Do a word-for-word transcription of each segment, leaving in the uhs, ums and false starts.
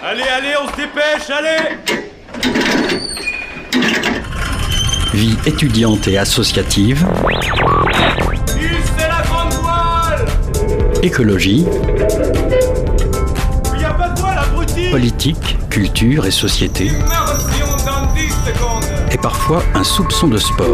Allez, allez, on se dépêche, allez! Vie étudiante et associative. C'est la grande voile! Écologie. Il n'y a pas de voile, abruti! Politique, culture et société. Immersion dans dix secondes! Et parfois un soupçon de sport.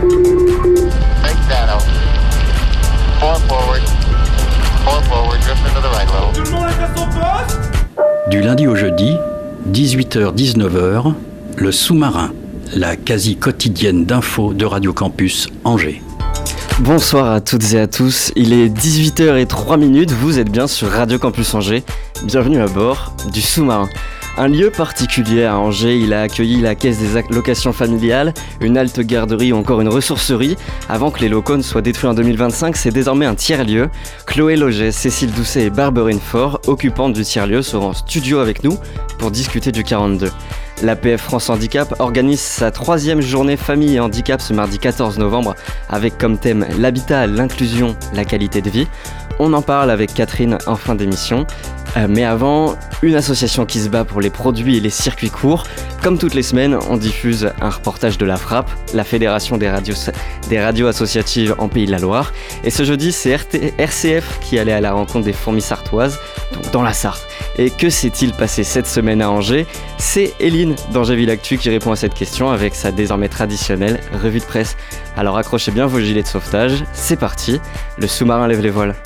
Tout le monde est à son poste? Du lundi au jeudi, dix-huit heures dix-neuf heures, le sous-marin, la quasi quotidienne d'infos de Radio Campus Angers. Bonsoir à toutes et à tous, il est dix-huit heures zéro trois, vous êtes bien sur Radio Campus Angers. Bienvenue à bord du sous-marin. Un lieu particulier à Angers, il a accueilli la caisse des locations familiales, une halte garderie ou encore une ressourcerie. Avant que les locaux ne soient détruits en deux mille vingt-cinq, c'est désormais un tiers-lieu. Chloé Loget, Cécile Doucet et Barberine Faure, occupantes du tiers-lieu, seront en studio avec nous pour discuter du quarante-deux. L'A P F France Handicap organise sa troisième journée famille et handicap ce mardi quatorze novembre avec comme thème l'habitat, l'inclusion, la qualité de vie. On en parle avec Catherine en fin d'émission. Euh, mais avant, une association qui se bat pour les produits et les circuits courts. Comme toutes les semaines, on diffuse un reportage de la Frappe, la Fédération des radios, des radios associatives en Pays de la Loire. Et ce jeudi, c'est R T, R C F qui allait à la rencontre des fourmis sartoises, donc dans la Sarthe. Et que s'est-il passé cette semaine à Angers ? C'est Eline d'Angers-Ville-Actu qui répond à cette question avec sa désormais traditionnelle revue de presse. Alors accrochez bien vos gilets de sauvetage, c'est parti, le sous-marin lève les voiles.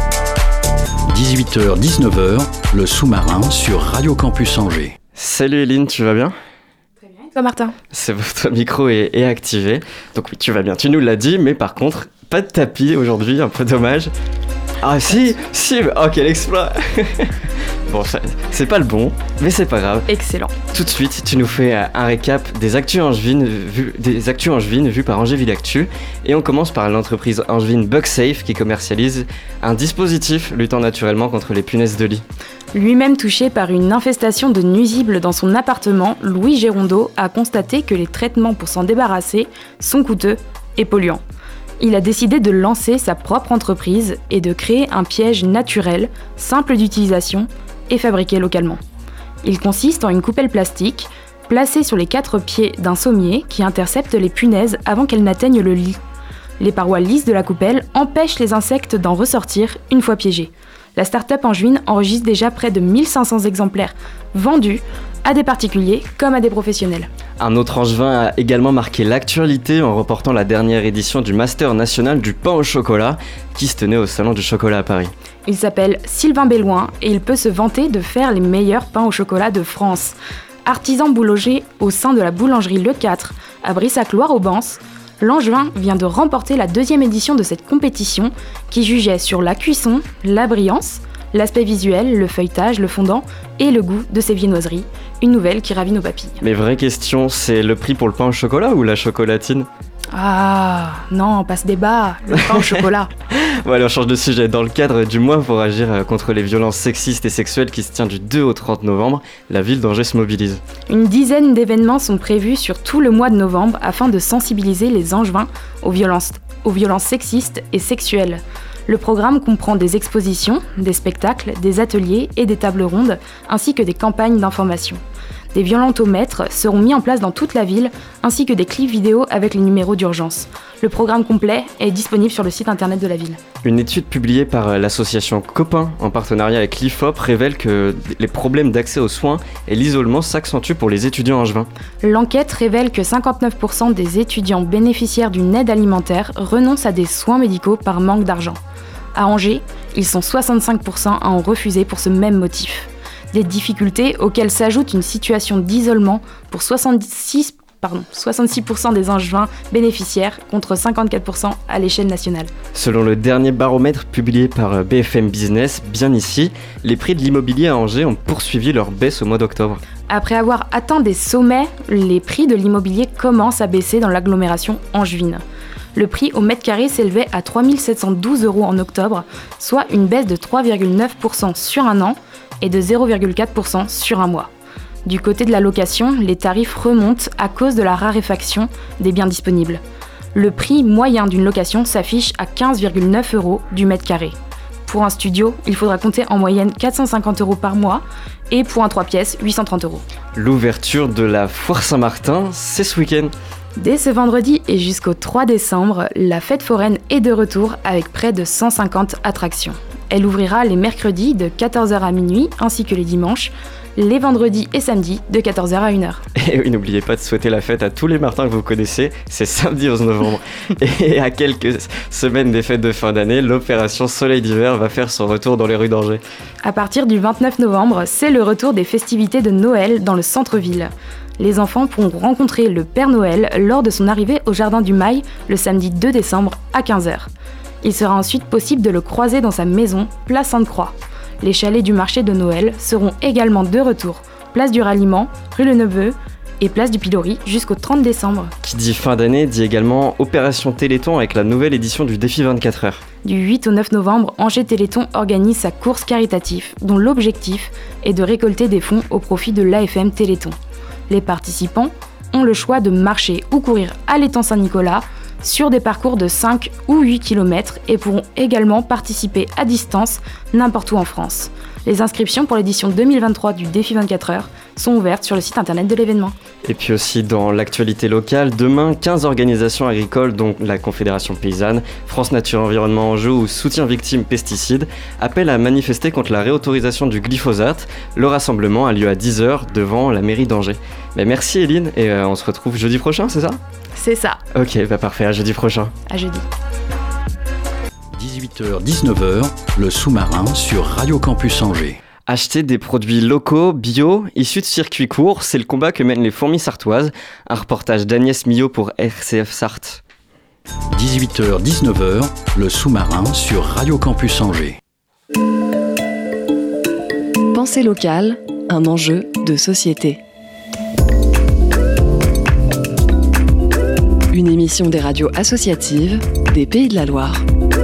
dix-huit heures dix-neuf heures, le sous-marin sur Radio Campus Angers. Salut Eline, tu vas bien ? Très bien, et toi Martin ? C'est votre micro est, est activé, donc oui tu vas bien, tu nous l'as dit, mais par contre, pas de tapis aujourd'hui, un peu dommage. Ah si, si, oh quel exploit. Bon, ça, c'est pas le bon, mais c'est pas grave. Excellent. Tout de suite, tu nous fais un récap des actus angevines vues, des actus angevines vues par Angers-Ville-Actu. Et on commence par l'entreprise angevine BugSafe qui commercialise un dispositif luttant naturellement contre les punaises de lit. Lui-même touché par une infestation de nuisibles dans son appartement, Louis Gérondeau a constaté que les traitements pour s'en débarrasser sont coûteux et polluants. Il a décidé de lancer sa propre entreprise et de créer un piège naturel, simple d'utilisation et fabriqué localement. Il consiste en une coupelle plastique placée sur les quatre pieds d'un sommier qui intercepte les punaises avant qu'elles n'atteignent le lit. Les parois lisses de la coupelle empêchent les insectes d'en ressortir une fois piégés. La start-up angevine enregistre déjà près de mille cinq cents exemplaires vendus à des particuliers comme à des professionnels. Un autre angevin a également marqué l'actualité en reportant la dernière édition du Master national du pain au chocolat qui se tenait au Salon du chocolat à Paris. Il s'appelle Sylvain Bellouin et il peut se vanter de faire les meilleurs pains au chocolat de France. Artisan boulanger au sein de la boulangerie Le quatre à Brissac-Loire-Aubance, l'Angevin vient de remporter la deuxième édition de cette compétition qui jugeait sur la cuisson, la brillance, l'aspect visuel, le feuilletage, le fondant et le goût de ces viennoiseries. Une nouvelle qui ravit nos papilles. Mais vraie question, c'est le prix pour le pain au chocolat ou la chocolatine ? Ah, non, pas ce débat, le pain au chocolat. Bon allez, on change de sujet. Dans le cadre du mois pour agir contre les violences sexistes et sexuelles qui se tient du deux au trente novembre, la ville d'Angers se mobilise. Une dizaine d'événements sont prévus sur tout le mois de novembre afin de sensibiliser les Angevins aux violences, aux violences sexistes et sexuelles. Le programme comprend des expositions, des spectacles, des ateliers et des tables rondes, ainsi que des campagnes d'information. Des violentomètres seront mis en place dans toute la ville, ainsi que des clips vidéo avec les numéros d'urgence. Le programme complet est disponible sur le site internet de la ville. Une étude publiée par l'association Copain en partenariat avec l'I F O P révèle que les problèmes d'accès aux soins et l'isolement s'accentuent pour les étudiants angevins. L'enquête révèle que cinquante-neuf pour cent des étudiants bénéficiaires d'une aide alimentaire renoncent à des soins médicaux par manque d'argent. À Angers, ils sont soixante-cinq pour cent à en refuser pour ce même motif. Des difficultés auxquelles s'ajoute une situation d'isolement pour soixante-six, pardon, soixante-six pour cent des Angevins bénéficiaires contre cinquante-quatre pour cent à l'échelle nationale. Selon le dernier baromètre publié par B F M Business, bien ici, les prix de l'immobilier à Angers ont poursuivi leur baisse au mois d'octobre. Après avoir atteint des sommets, les prix de l'immobilier commencent à baisser dans l'agglomération angevine. Le prix au mètre carré s'élevait à trois mille sept cent douze euros en octobre, soit une baisse de trois virgule neuf pour cent sur un an et de zéro virgule quatre pour cent sur un mois. Du côté de la location, les tarifs remontent à cause de la raréfaction des biens disponibles. Le prix moyen d'une location s'affiche à quinze virgule neuf euros du mètre carré. Pour un studio, il faudra compter en moyenne quatre cent cinquante euros par mois et pour un trois pièces, huit cent trente euros. L'ouverture de la Foire Saint-Martin, c'est ce week-end. Dès ce vendredi et jusqu'au trois décembre, la fête foraine est de retour avec près de cent cinquante attractions. Elle ouvrira les mercredis de quatorze heures à minuit ainsi que les dimanches, les vendredis et samedis de quatorze heures à une heure. Et oui, n'oubliez pas de souhaiter la fête à tous les Martins que vous connaissez, c'est samedi onze novembre. Et à quelques semaines des fêtes de fin d'année, l'opération Soleil d'hiver va faire son retour dans les rues d'Angers. À partir du vingt-neuf novembre, c'est le retour des festivités de Noël dans le centre-ville. Les enfants pourront rencontrer le Père Noël lors de son arrivée au Jardin du Mail le samedi deux décembre à quinze heures. Il sera ensuite possible de le croiser dans sa maison, place Sainte-Croix. Les chalets du marché de Noël seront également de retour, place du Ralliement, rue Le Neveu et place du Pilori jusqu'au trente décembre. Qui dit fin d'année dit également Opération Téléthon avec la nouvelle édition du défi vingt-quatre heures. Du huit au neuf novembre, Angers Téléthon organise sa course caritative, dont l'objectif est de récolter des fonds au profit de l'A F M Téléthon. Les participants ont le choix de marcher ou courir à l'étang Saint-Nicolas sur des parcours de cinq ou huit kilomètres et pourront également participer à distance n'importe où en France. Les inscriptions pour l'édition deux mille vingt-trois du défi vingt-quatre heures sont ouvertes sur le site internet de l'événement. Et puis aussi dans l'actualité locale, demain, quinze organisations agricoles, dont la Confédération Paysanne, France Nature Environnement Anjou ou Soutien Victimes Pesticides, appellent à manifester contre la réautorisation du glyphosate. Le rassemblement a lieu à dix heures devant la mairie d'Angers. Mais merci Eline, et euh, on se retrouve jeudi prochain, c'est ça ? C'est ça. Ok, bah parfait, à jeudi prochain. À jeudi. dix-huit heures dix-neuf heures, le sous-marin sur Radio Campus Angers. Acheter des produits locaux, bio, issus de circuits courts, c'est le combat que mènent les fourmis sartoises. Un reportage d'Agnès Millot pour R C F Sarthe. dix-huit heures dix-neuf heures, le sous-marin sur Radio Campus Angers. Pensée locale, un enjeu de société. Une émission des radios associatives des Pays de la Loire.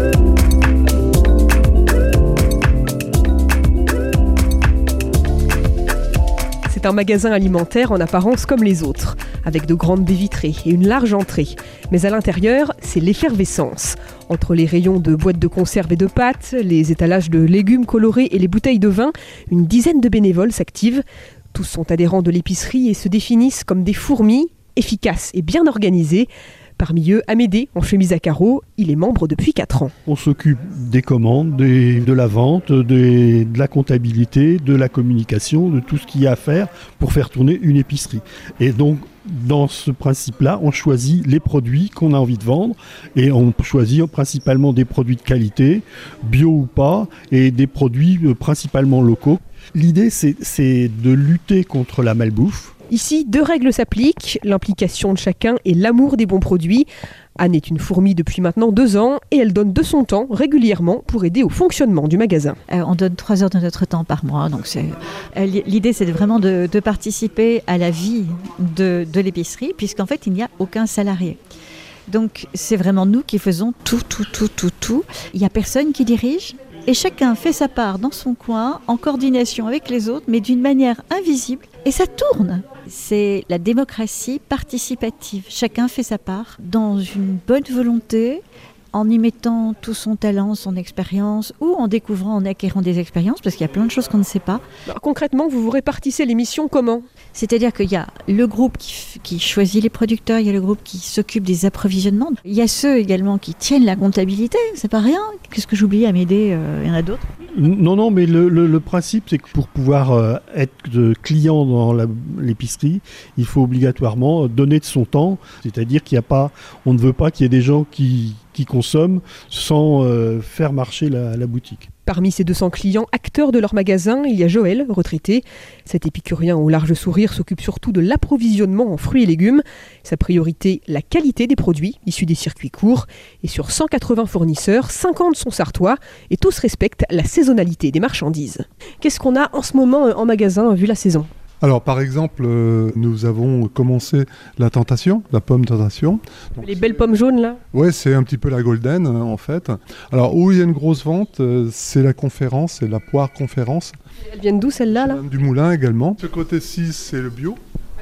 C'est un magasin alimentaire en apparence comme les autres, avec de grandes baies vitrées et une large entrée. Mais à l'intérieur, c'est l'effervescence. Entre les rayons de boîtes de conserve et de pâtes, les étalages de légumes colorés et les bouteilles de vin, une dizaine de bénévoles s'activent. Tous sont adhérents de l'épicerie et se définissent comme des fourmis, efficaces et bien organisées. Parmi eux, Amédée, en chemise à carreaux, il est membre depuis quatre ans. On s'occupe des commandes, des, de la vente, des, de la comptabilité, de la communication, de tout ce qu'il y a à faire pour faire tourner une épicerie. Et donc, dans ce principe-là, on choisit les produits qu'on a envie de vendre et on choisit principalement des produits de qualité, bio ou pas, et des produits principalement locaux. L'idée, c'est, c'est de lutter contre la malbouffe. Ici, deux règles s'appliquent, l'implication de chacun et l'amour des bons produits. Anne est une fourmi depuis maintenant deux ans et elle donne de son temps régulièrement pour aider au fonctionnement du magasin. Euh, on donne trois heures de notre temps par mois, donc c'est, euh, l'idée c'est vraiment de, de participer à la vie de, de l'épicerie, puisqu'en fait il n'y a aucun salarié. Donc c'est vraiment nous qui faisons tout, tout, tout, tout, tout. Il n'y a personne qui dirige. Et chacun fait sa part dans son coin, en coordination avec les autres, mais d'une manière invisible. Et ça tourne. C'est la démocratie participative. Chacun fait sa part dans une bonne volonté, en y mettant tout son talent, son expérience, ou en découvrant, en acquérant des expériences, parce qu'il y a plein de choses qu'on ne sait pas. Alors, concrètement, vous vous répartissez les missions comment ? C'est-à-dire qu'il y a le groupe qui, f- qui choisit les producteurs, il y a le groupe qui s'occupe des approvisionnements. Il y a ceux également qui tiennent la comptabilité, c'est pas rien. Qu'est-ce que j'oublie à m'aider ? euh, Il y en a d'autres ? Non, non, mais le, le, le principe, c'est que pour pouvoir euh, être de client dans la, l'épicerie, il faut obligatoirement donner de son temps. C'est-à-dire qu'il y a pas, on ne veut pas qu'il y ait des gens qui, qui consomment sans euh, faire marcher la, la boutique. Parmi ces deux cents clients acteurs de leur magasin, il y a Joël, retraité. Cet épicurien au large sourire s'occupe surtout de l'approvisionnement en fruits et légumes. Sa priorité, la qualité des produits issus des circuits courts. Et sur cent quatre-vingts fournisseurs, cinquante sont sartois et tous respectent la saisonnalité des marchandises. Qu'est-ce qu'on a en ce moment en magasin vu la saison ? Alors par exemple, euh, nous avons commencé la tentation, la pomme tentation. Donc, les belles pommes jaunes là ? Ouais, c'est un petit peu la golden euh, en fait. Alors où il y a une grosse vente, euh, c'est la conférence, c'est la poire conférence. Elles viennent d'où celles-là là ? Du moulin également. Ce côté-ci, c'est le bio.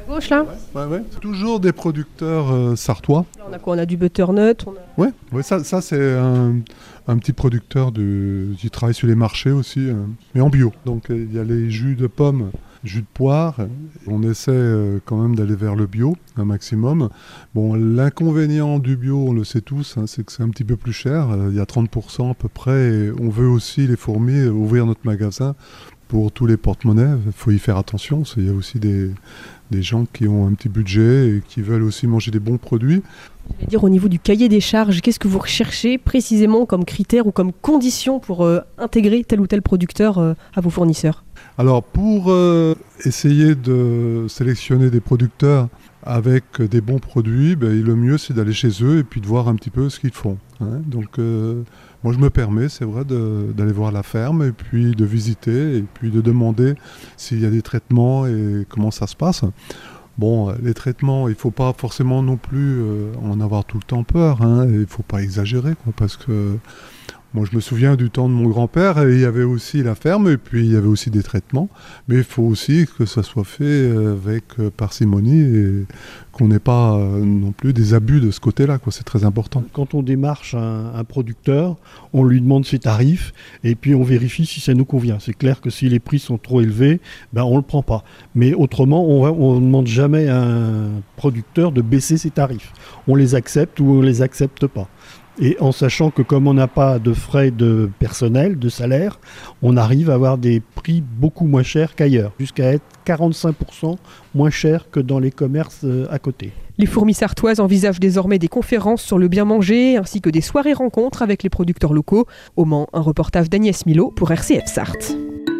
Gauche là. Ouais, ouais. C'est toujours des producteurs euh, sartois. Là, on a quoi? On a du butternut. On a... Ouais, ouais, ça, ça c'est un, un petit producteur de, qui travaille sur les marchés aussi, euh, mais en bio. Donc il y a les jus de pommes, jus de poire. On essaie euh, quand même d'aller vers le bio un maximum. Bon, l'inconvénient du bio, on le sait tous, hein, c'est que c'est un petit peu plus cher. Il y a trente pour cent à peu près. Et on veut aussi, les fourmis, ouvrir notre magasin pour tous les porte-monnaies. Il faut y faire attention. Il y a aussi des, des gens qui ont un petit budget et qui veulent aussi manger des bons produits. Je vais dire, au niveau du cahier des charges, qu'est-ce que vous recherchez précisément comme critère ou comme condition pour euh, intégrer tel ou tel producteur euh, à vos fournisseurs? Alors, pour euh, essayer de sélectionner des producteurs avec des bons produits, ben, le mieux c'est d'aller chez eux et puis de voir un petit peu ce qu'ils font. Hein. Donc, euh, moi je me permets, c'est vrai, de, d'aller voir la ferme et puis de visiter et puis de demander s'il y a des traitements et comment ça se passe. Bon, les traitements, il ne faut pas forcément non plus euh, en avoir tout le temps peur, hein, il ne faut pas exagérer, quoi, parce que moi je me souviens du temps de mon grand-père, et il y avait aussi la ferme, et puis il y avait aussi des traitements, mais il faut aussi que ça soit fait avec euh, parcimonie, et qu'on n'ait pas euh, non plus des abus de ce côté-là, quoi, c'est très important. Quand on démarche un, un producteur, on lui demande ses tarifs, et puis on vérifie si ça nous convient. C'est clair que si les prix sont trop élevés, ben on ne le prend pas. Mais autrement, on ne demande jamais à un producteur de baisser ses tarifs. On les accepte ou on ne les accepte pas. Et en sachant que comme on n'a pas de frais de personnel, de salaire, on arrive à avoir des prix beaucoup moins chers qu'ailleurs, jusqu'à être quarante-cinq pour cent moins cher que dans les commerces à côté. Les fourmis sartoises envisagent désormais des conférences sur le bien manger, ainsi que des soirées rencontres avec les producteurs locaux. Au Mans, un reportage d'Agnès Milo pour R C F Sarthe.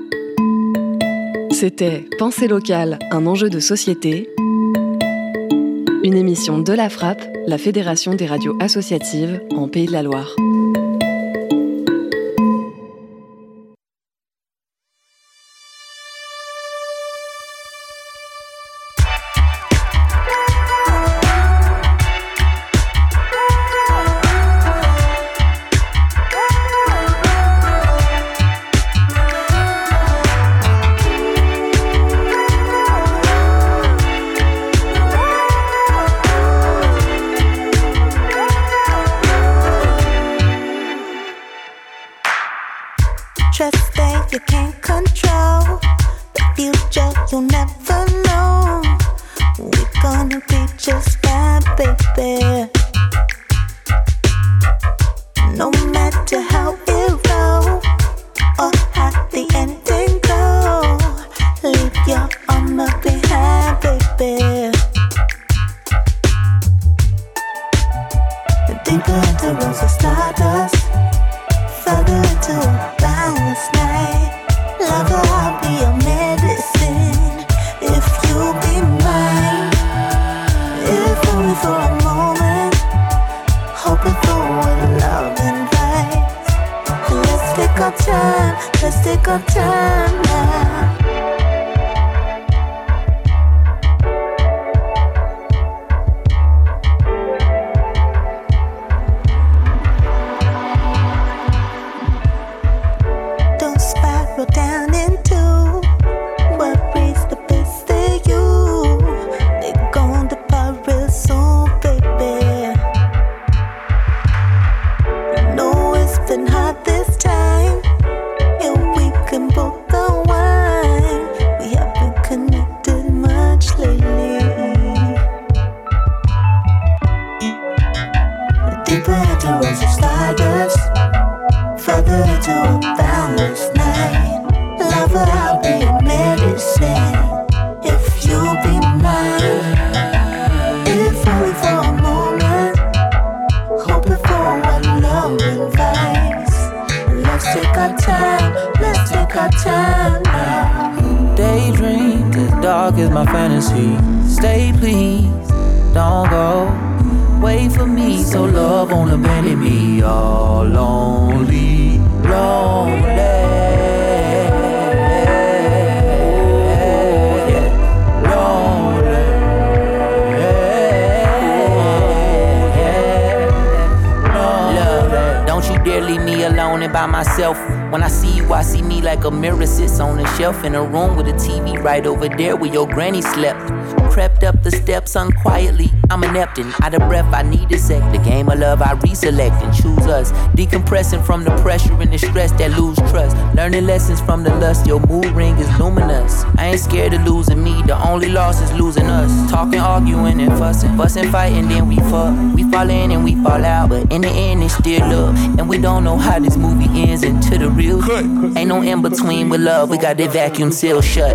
C'était Pensée locale, un enjeu de société. Une émission de la Frappe, la Fédération des radios associatives en Pays de la Loire. Trust that you can't control. The future you'll never know. We're gonna be just fine, baby. No matter how it rolls or how the ending goes, leave your armor behind, baby. The deeper the rose of stardust, further into a boundless night. Lover, I'll be your medicine if you be mine. If only for a moment, hoping for what love invites. Let's take our time, let's take our time now. Down into what brings the best of you. They're gonna depart real soon, baby. You know it's been hard this time, and we can both unwind. We haven't connected much lately. Deeper into rose of stardust, further into a boundless night. Lover, I'll be your medicine if you be mine. If only for a moment, hoping for what love invites. Let's take our time, let's take our time now. Daydreams as dark as my fantasy. Stay please, don't go. Wait for me, so love won't abandon me. All lonely, lonely. Leave me alone and by myself. When I see you, I see me like a mirror sits on a shelf in a room with a T V right over there where your granny slept. Crept up the steps unquietly, I'm inept and out of breath, I need a sec. The game of love I reselect and choose us. Decompressing from the pressure and the stress that lose trust. Learning lessons from the lust, your mood ring is luminous. I ain't scared of losing me, the only loss is losing us. Talking, arguing and fussing, fussing, fighting, then we fuck. We fall in and we fall out, but in the end it's still love. And we don't know how this movie ends until the real ain't no in between with love, we got that vacuum seal shut.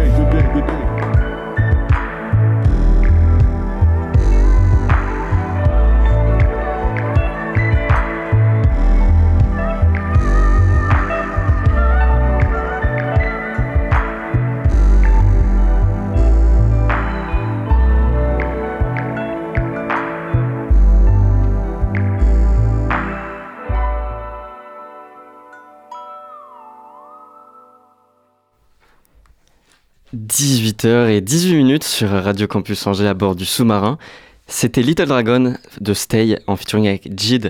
dix-huit heures dix-huit minutes sur Radio Campus Angers à bord du sous-marin. C'était Little Dragon de Stay en featuring avec Jid.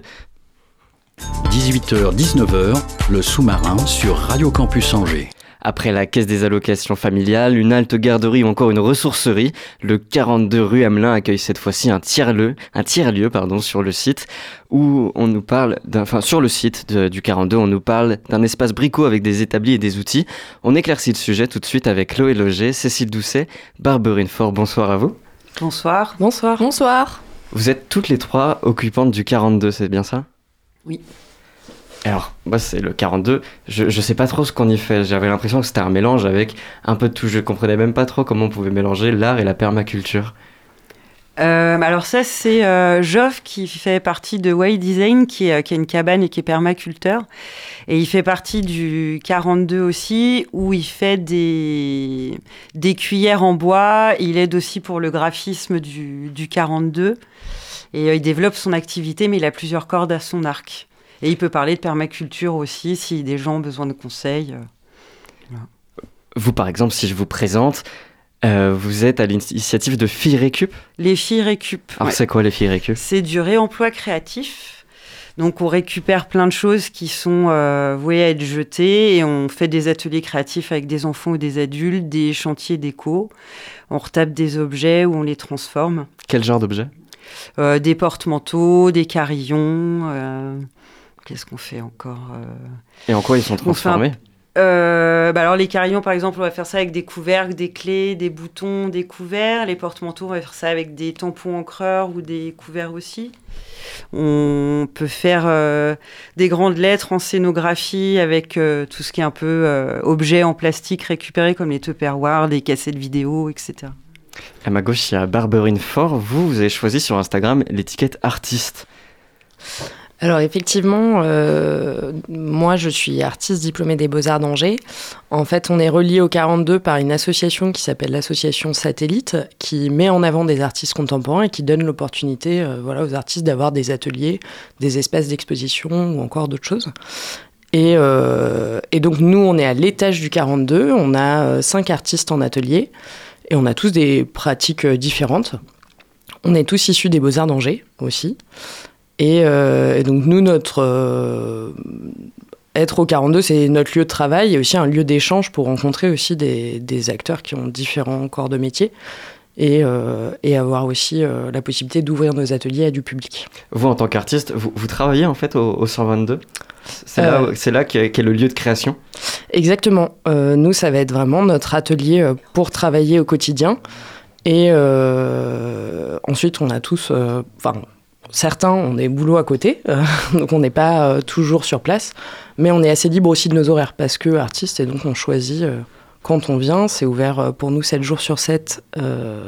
dix-huit heures dix-neuf heures, le sous-marin sur Radio Campus Angers. Après la caisse des allocations familiales, une halte garderie ou encore une ressourcerie, le quarante-deux rue Hamelin accueille cette fois-ci un tiers-lieu, un tiers-lieu pardon, sur le site où on nous parle, d'un, enfin sur le site de, du quarante-deux, on nous parle d'un espace brico avec des établis et des outils. On éclaircit le sujet tout de suite avec Chloé Loger, Cécile Doucet, Barberine Faure. Bonsoir à vous. Bonsoir. Bonsoir. Bonsoir. Vous êtes toutes les trois occupantes du quarante-deux, c'est bien ça ? Oui. Alors, moi, c'est le quarante-deux. Je, je sais pas trop ce qu'on y fait. J'avais l'impression que c'était un mélange avec un peu de tout. Je comprenais même pas trop comment on pouvait mélanger l'art et la permaculture. Euh, alors ça, c'est euh, Geoff qui fait partie de Way Design, qui est, qui est une cabane et qui est permaculteur. Et il fait partie du quarante-deux aussi, où il fait des, des cuillères en bois. Il aide aussi pour le graphisme du, du quarante-deux. Et euh, il développe son activité, mais il a plusieurs cordes à son arc. Et il peut parler de permaculture aussi, si des gens ont besoin de conseils. Euh, voilà. Vous, par exemple, si je vous présente, euh, vous êtes à l'initiative de Filles Récup ? Les Filles Récup. Alors, ouais. C'est quoi les Filles Récup ? C'est du réemploi créatif. Donc, on récupère plein de choses qui sont euh, vouées à être jetées et on fait des ateliers créatifs avec des enfants ou des adultes, des chantiers déco. On retape des objets ou on les transforme. Quel genre d'objets ? euh, Des porte-manteaux, des carillons... Euh... Qu'est-ce qu'on fait encore euh... Et en quoi ils sont transformés ? un... euh, bah Alors les carillons, par exemple, on va faire ça avec des couvercles, des clés, des boutons, des couverts. Les porte-manteaux, on va faire ça avec des tampons encreurs ou des couverts aussi. On peut faire euh, des grandes lettres en scénographie avec euh, tout ce qui est un peu euh, objets en plastique récupérés comme les Tupperware, les cassettes vidéo, et cetera. À ma gauche, il y a Barberine Faure. Vous, vous avez choisi sur Instagram l'étiquette artiste. Alors effectivement, euh, moi je suis artiste diplômée des Beaux-Arts d'Angers. En fait, on est relié au quarante-deux par une association qui s'appelle l'association Satellite, qui met en avant des artistes contemporains et qui donne l'opportunité euh, voilà, aux artistes d'avoir des ateliers, des espaces d'exposition ou encore d'autres choses. Et, euh, et donc nous, on est à l'étage du quarante-deux, on a euh, cinq artistes en atelier et on a tous des pratiques euh, différentes. On est tous issus des Beaux-Arts d'Angers aussi. Et, euh, et donc nous, notre euh, être au quarante-deux, c'est notre lieu de travail et aussi un lieu d'échange pour rencontrer aussi des, des acteurs qui ont différents corps de métier et, euh, et avoir aussi euh, la possibilité d'ouvrir nos ateliers à du public. Vous, en tant qu'artiste, vous, vous travaillez en fait au, au cent vingt-deux ? C'est euh, là, c'est là qu'est, qu'est le lieu de création ? Exactement. Euh, nous, ça va être vraiment notre atelier pour travailler au quotidien. Et euh, ensuite, on a tous... Enfin. Euh, Certains ont des boulots à côté, euh, donc on n'est pas euh, toujours sur place, mais on est assez libre aussi de nos horaires parce que artiste et donc on choisit euh, quand on vient. C'est ouvert euh, pour nous sept jours sur sept euh,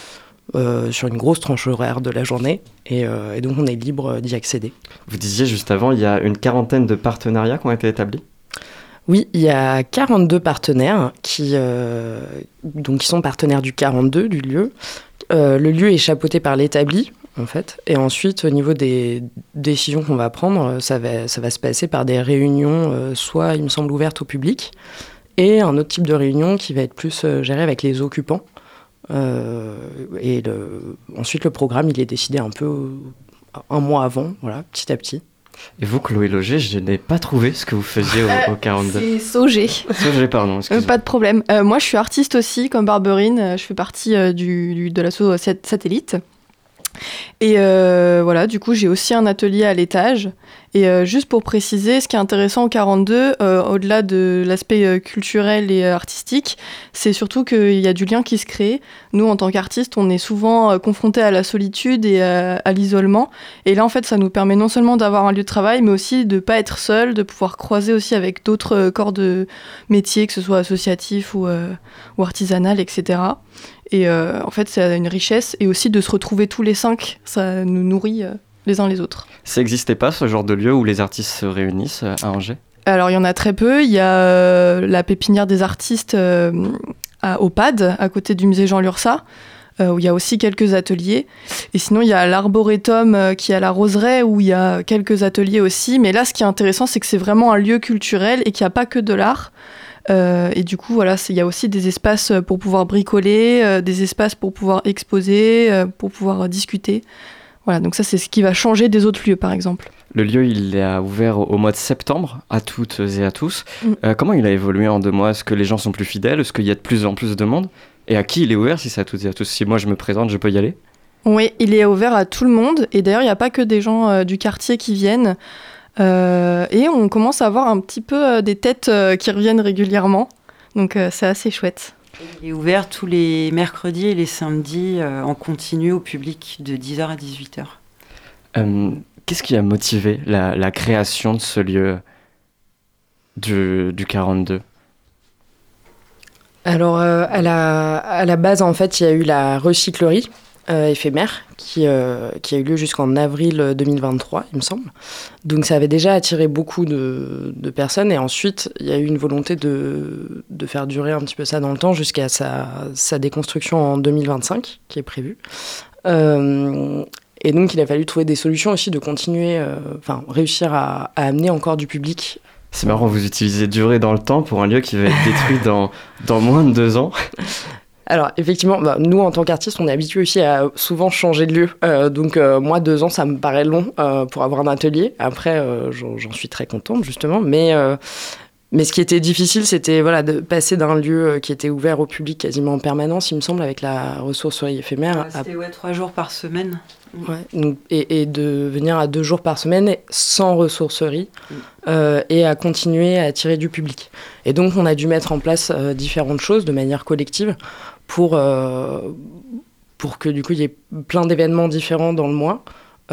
euh, sur une grosse tranche horaire de la journée et, euh, et donc on est libre d'y accéder. Vous disiez juste avant, il y a une quarantaine de partenariats qui ont été établis ? Oui, il y a quarante-deux partenaires qui, euh, donc, qui sont partenaires du quarante-deux, du lieu. Euh, le lieu est chapeauté par l'établi. En fait. Et ensuite, au niveau des décisions qu'on va prendre, ça va, ça va se passer par des réunions, euh, soit, il me semble, ouvertes au public, et un autre type de réunion qui va être plus euh, géré avec les occupants. Euh, et le, ensuite, le programme, il est décidé un peu un mois avant, voilà, petit à petit. Et vous, Chloé Loger, je n'ai pas trouvé ce que vous faisiez au, Euh, au quarante-deux. C'est Sauger. Sauger, pardon, Euh, excusez-moi. pas de problème. Euh, moi, je suis artiste aussi, comme Barberine. Euh, Je fais partie euh, du, du- de l'asso Sat- Satellite. Et euh, voilà, du coup, j'ai aussi un atelier à l'étage. Et euh, juste pour préciser, ce qui est intéressant au quarante-deux, euh, au-delà de l'aspect euh, culturel et euh, artistique, c'est surtout qu'il y a du lien qui se crée. Nous, en tant qu'artistes, on est souvent euh, confrontés à la solitude et euh, à l'isolement. Et là, en fait, ça nous permet non seulement d'avoir un lieu de travail, mais aussi de ne pas être seul, de pouvoir croiser aussi avec d'autres euh, corps de métier, que ce soit associatif ou, euh, ou artisanal, et cetera. Et euh, en fait, c'est une richesse. Et aussi de se retrouver tous les cinq, ça nous nourrit euh, les uns les autres. Ça n'existait pas, ce genre de lieu où les artistes se réunissent euh, à Angers? Alors, il y en a très peu. Il y a euh, la pépinière des artistes euh, à, au P A D, à côté du musée Jean Lursa, euh, où il y a aussi quelques ateliers. Et sinon, il y a l'Arboretum euh, qui est à la Roseraie, où il y a quelques ateliers aussi. Mais là, ce qui est intéressant, c'est que c'est vraiment un lieu culturel et qu'il n'y a pas que de l'art. Euh, et du coup, voilà, il y a aussi des espaces pour pouvoir bricoler, euh, des espaces pour pouvoir exposer, euh, pour pouvoir euh, discuter. Voilà, donc ça, c'est ce qui va changer des autres lieux, par exemple. Le lieu, il est ouvert au, au mois de septembre, à toutes et à tous. Mm. Euh, comment il a évolué en deux mois? Est-ce que les gens sont plus fidèles? Est-ce qu'il y a de plus en plus de monde? Et à qui il est ouvert, si c'est à toutes et à tous? Si moi je me présente, je peux y aller? Oui, il est ouvert à tout le monde. Et d'ailleurs, il n'y a pas que des gens euh, du quartier qui viennent. Euh, et on commence à avoir un petit peu euh, des têtes euh, qui reviennent régulièrement. Donc euh, c'est assez chouette. Il est ouvert tous les mercredis et les samedis euh, en continu au public de dix heures à dix-huit heures. Euh, Qu'est-ce qui a motivé la, la création de ce lieu du, du quarante-deux? Alors, euh, à, la, à la base, en fait, il y a eu la recyclerie euh, éphémère qui, euh, qui a eu lieu jusqu'en avril deux mille vingt-trois, il me semble. Donc, ça avait déjà attiré beaucoup de, de personnes. Et ensuite, il y a eu une volonté de, de faire durer un petit peu ça dans le temps jusqu'à sa, sa déconstruction en deux mille vingt-cinq, qui est prévue. Euh, et donc, il a fallu trouver des solutions aussi de continuer, euh, enfin, réussir à, à amener encore du public. C'est marrant, vous utilisez durer dans le temps pour un lieu qui va être détruit dans, dans moins de deux ans. Alors, effectivement, bah, nous, en tant qu'artistes, on est habitués aussi à souvent changer de lieu. Euh, donc, euh, moi, deux ans, ça me paraît long euh, pour avoir un atelier. Après, euh, j'en, j'en suis très contente, justement. Mais, euh, mais ce qui était difficile, c'était voilà, de passer d'un lieu qui était ouvert au public quasiment en permanence, il me semble, avec la ressourcerie éphémère. Ouais, c'était ouais, trois jours par semaine. Ouais, donc, et, et de venir à deux jours par semaine sans ressourcerie mm. euh, et à continuer à attirer du public. Et donc, on a dû mettre en place euh, différentes choses de manière collective pour, euh, pour que du coup, il y ait plein d'événements différents dans le mois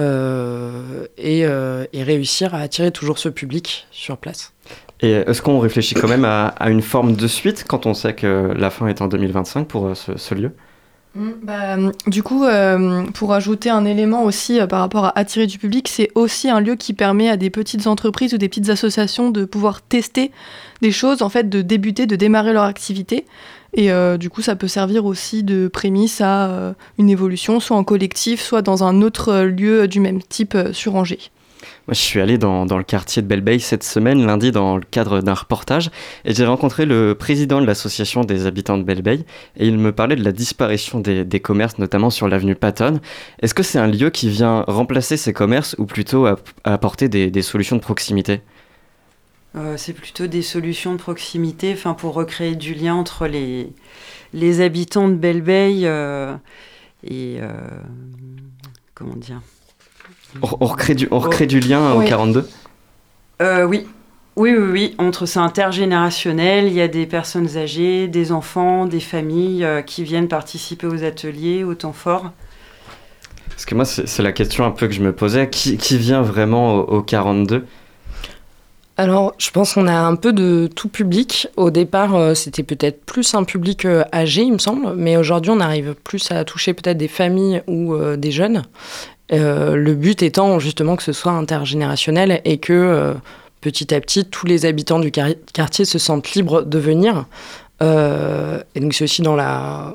euh, et, euh, et réussir à attirer toujours ce public sur place. Et est-ce qu'on réfléchit quand même à, à une forme de suite quand on sait que la fin est en deux mille vingt-cinq pour euh, ce, ce lieu? Bah, du coup, euh, pour ajouter un élément aussi euh, par rapport à attirer du public, c'est aussi un lieu qui permet à des petites entreprises ou des petites associations de pouvoir tester des choses, en fait, de débuter, de démarrer leur activité. Et euh, du coup, ça peut servir aussi de prémisse à euh, une évolution, soit en collectif, soit dans un autre lieu du même type euh, sur Angers. Moi, je suis allé dans, dans le quartier de Belle-Beille cette semaine, lundi, dans le cadre d'un reportage, et j'ai rencontré le président de l'association des habitants de Belle-Beille, et il me parlait de la disparition des, des commerces, notamment sur l'avenue Patton. Est-ce que c'est un lieu qui vient remplacer ces commerces, ou plutôt à, à apporter des, des solutions de proximité? euh, C'est plutôt des solutions de proximité, enfin, pour recréer du lien entre les, les habitants de Belle-Beille euh, et... Euh, comment dire On, on recrée du, on recrée du lien oui. au quarante-deux euh, Oui. Oui, oui, oui. Entre, c'est intergénérationnel. Il y a des personnes âgées, des enfants, des familles euh, qui viennent participer aux ateliers, aux temps forts. Parce que moi, c'est, c'est la question un peu que je me posais. Qui, qui vient vraiment au, au quarante-deux? Alors, je pense qu'on a un peu de tout public. Au départ, euh, c'était peut-être plus un public euh, âgé, il me semble. Mais aujourd'hui, on arrive plus à toucher peut-être des familles ou euh, des jeunes. Euh, le but étant justement que ce soit intergénérationnel et que euh, petit à petit tous les habitants du car- quartier se sentent libres de venir euh, et donc c'est aussi dans la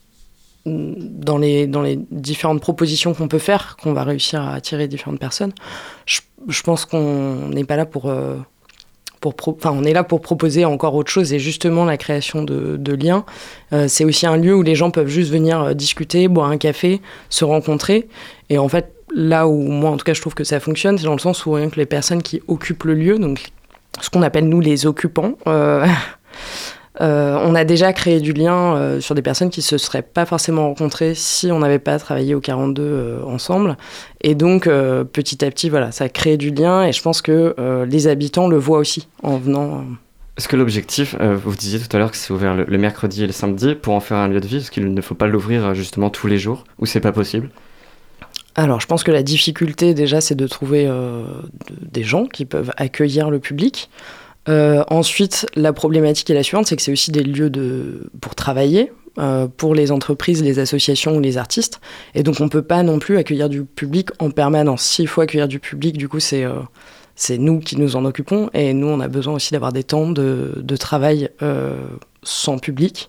dans les dans les différentes propositions qu'on peut faire qu'on va réussir à attirer différentes personnes. Je, je pense qu'on n'est pas là pour euh, pour pro- enfin on est là pour proposer encore autre chose et justement la création de, de liens. Euh, c'est aussi un lieu où les gens peuvent juste venir euh, discuter, boire un café, se rencontrer. Et en fait, là où moi, en tout cas, je trouve que ça fonctionne, c'est dans le sens où rien que les personnes qui occupent le lieu, donc ce qu'on appelle nous les occupants, euh, euh, on a déjà créé du lien euh, sur des personnes qui se seraient pas forcément rencontrées si on n'avait pas travaillé au quarante-deux euh, ensemble. Et donc, euh, petit à petit, voilà, ça crée du lien. Et je pense que euh, les habitants le voient aussi en venant. Euh... Est-ce que l'objectif, euh, vous disiez tout à l'heure que c'est ouvert le, le mercredi et le samedi pour en faire un lieu de vie, est-ce qu'il ne faut pas l'ouvrir justement tous les jours ou c'est pas possible ? Alors, je pense que la difficulté, déjà, c'est de trouver euh, de, des gens qui peuvent accueillir le public. Euh, ensuite, la problématique est la suivante, c'est que c'est aussi des lieux de, pour travailler, euh, pour les entreprises, les associations ou les artistes. Et donc, on ne peut pas non plus accueillir du public en permanence. S'il faut accueillir du public, du coup, c'est, euh, c'est nous qui nous en occupons. Et nous, on a besoin aussi d'avoir des temps de, de travail euh, sans public.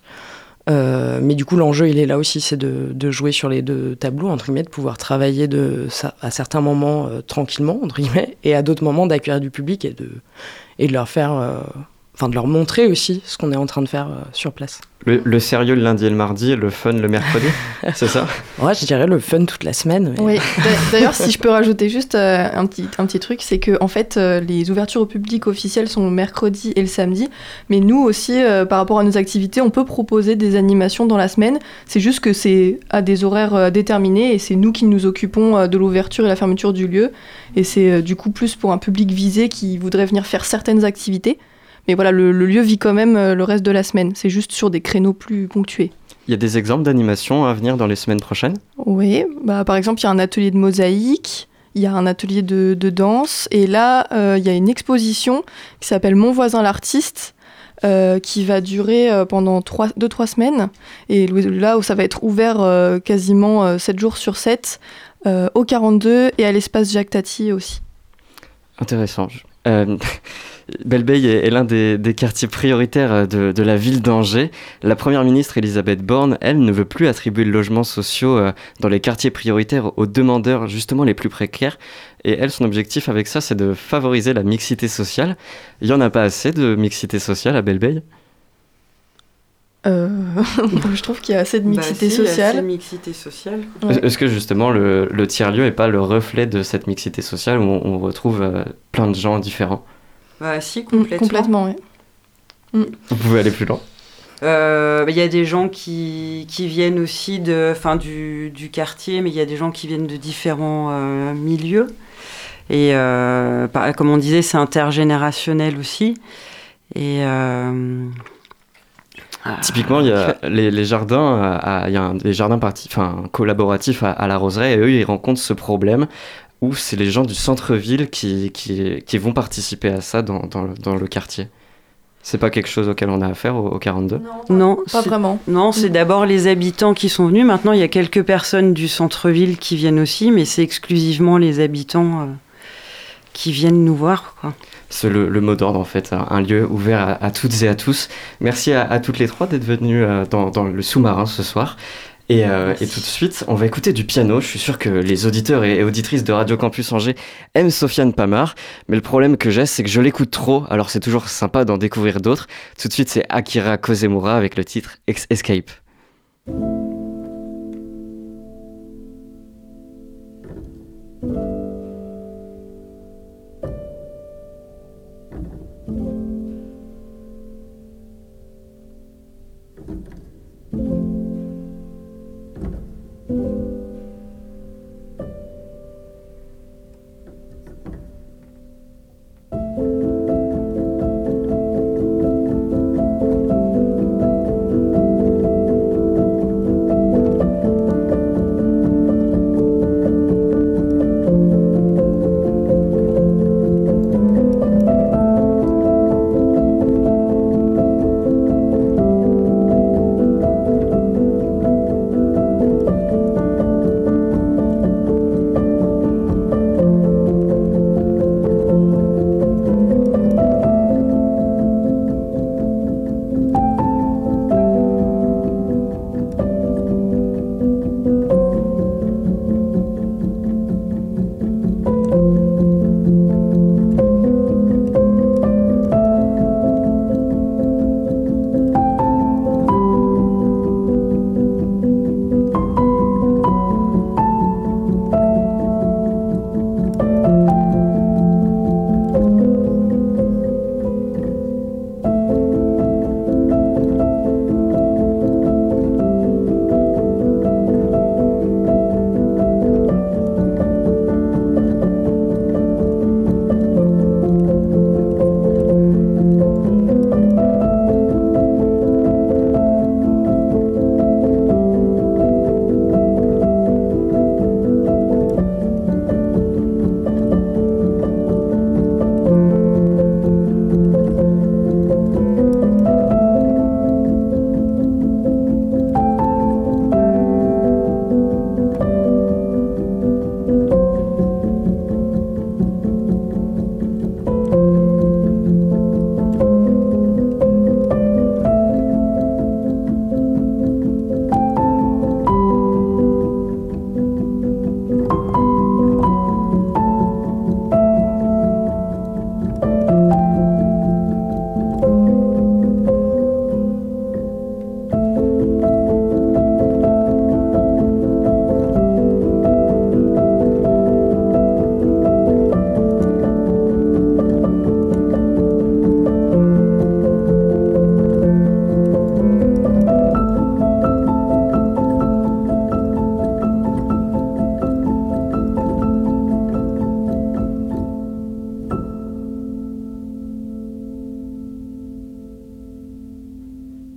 Euh, mais du coup, l'enjeu, il est là aussi, c'est de, de jouer sur les deux tableaux, entre guillemets, de pouvoir travailler de, ça, à certains moments euh, tranquillement, entre guillemets, et à d'autres moments d'accueillir du public et de, et de leur faire, euh, enfin de leur montrer aussi ce qu'on est en train de faire euh, sur place. Le, le sérieux le lundi et le mardi, le fun le mercredi, c'est ça ? Ouais, je dirais le fun toute la semaine. Mais... Oui, d'ailleurs, si je peux rajouter juste euh, un, petit, un petit truc, c'est que en fait, euh, les ouvertures au public officielles sont le mercredi et le samedi, mais nous aussi, euh, par rapport à nos activités, on peut proposer des animations dans la semaine. C'est juste que c'est à des horaires euh, déterminés et c'est nous qui nous occupons euh, de l'ouverture et la fermeture du lieu. Et c'est euh, du coup plus pour un public visé qui voudrait venir faire certaines activités. Mais voilà, le, le lieu vit quand même euh, le reste de la semaine. C'est juste sur des créneaux plus ponctués. Il y a des exemples d'animations à venir dans les semaines prochaines ? Oui, bah, par exemple, il y a un atelier de mosaïque, il y a un atelier de, de danse, et là, euh, il y a une exposition qui s'appelle Mon voisin l'artiste, euh, qui va durer euh, pendant deux trois semaines. Et là, où ça va être ouvert euh, quasiment euh, sept jours sur sept, euh, au quarante-deux et à l'espace Jacques Tati aussi. Intéressant. Euh, Belle-Beille est, est l'un des, des quartiers prioritaires de, de la ville d'Angers. La première ministre Elisabeth Borne, elle, ne veut plus attribuer de logements sociaux euh, dans les quartiers prioritaires aux demandeurs justement les plus précaires. Et elle, son objectif avec ça, c'est de favoriser la mixité sociale. Il n'y en a pas assez de mixité sociale à Belle-Beille ? Euh, je trouve qu'il y a assez de mixité bah, si, sociale. Il y a assez de mixité sociale. Ouais. Est-ce que justement le, le tiers-lieu n'est pas le reflet de cette mixité sociale où on, on retrouve euh, plein de gens différents ? Bah si, complètement. Mmh, complètement, oui. Mmh. Vous pouvez aller plus loin ? Il euh, y a des gens qui, qui viennent aussi de, fin, du, du quartier, mais il y a des gens qui viennent de différents euh, milieux. Et euh, comme on disait, c'est intergénérationnel aussi. Et... Euh, Typiquement, il y a les, les jardins, il y a un, des jardins parti, enfin, collaboratifs à, à la Roseraie, et eux, ils rencontrent ce problème où c'est les gens du centre-ville qui, qui, qui vont participer à ça dans, dans, le, dans le quartier. C'est pas quelque chose auquel on a affaire au, au quarante-deux ? Non, pas vraiment. Non, c'est d'abord les habitants qui sont venus. Maintenant, il y a quelques personnes du centre-ville qui viennent aussi, mais c'est exclusivement les habitants euh, qui viennent nous voir, quoi. C'est le, le mot d'ordre en fait, un lieu ouvert à, à toutes et à tous. Merci à, à toutes les trois d'être venues euh, dans, dans le sous-marin ce soir. Et, euh, et tout de suite, on va écouter du piano. Je suis sûr que les auditeurs et, et auditrices de Radio Campus Angers aiment Sofiane Pamart. Mais le problème que j'ai, c'est que je l'écoute trop. Alors c'est toujours sympa d'en découvrir d'autres. Tout de suite, c'est Akira Kozemura avec le titre Escape.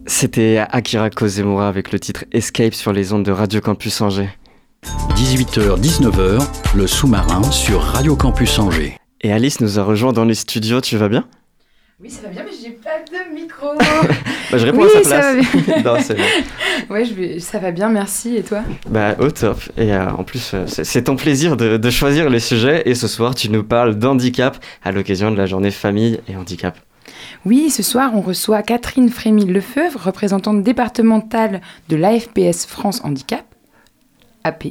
C'était Akira Kozemura avec le titre Escape sur les ondes de Radio Campus Angers. dix-huit heures dix-neuf heures, le sous-marin sur Radio Campus Angers. Et Alice nous a rejoint dans les studios, tu vas bien ? Oui, ça va bien, mais j'ai pas de micro. Bah, je réponds oui, à sa place. Ça va bien. Non, c'est bon. Ouais, je vais... ça va bien, merci. Et toi ? Bah, au top. Et euh, en plus, euh, c'est, c'est ton plaisir de, de choisir les sujets. Et ce soir, tu nous parles d'handicap à l'occasion de la journée famille et handicap. Oui, ce soir, on reçoit Catherine Frémy-Lefeuvre, représentante départementale de l'A F P S France Handicap. A P.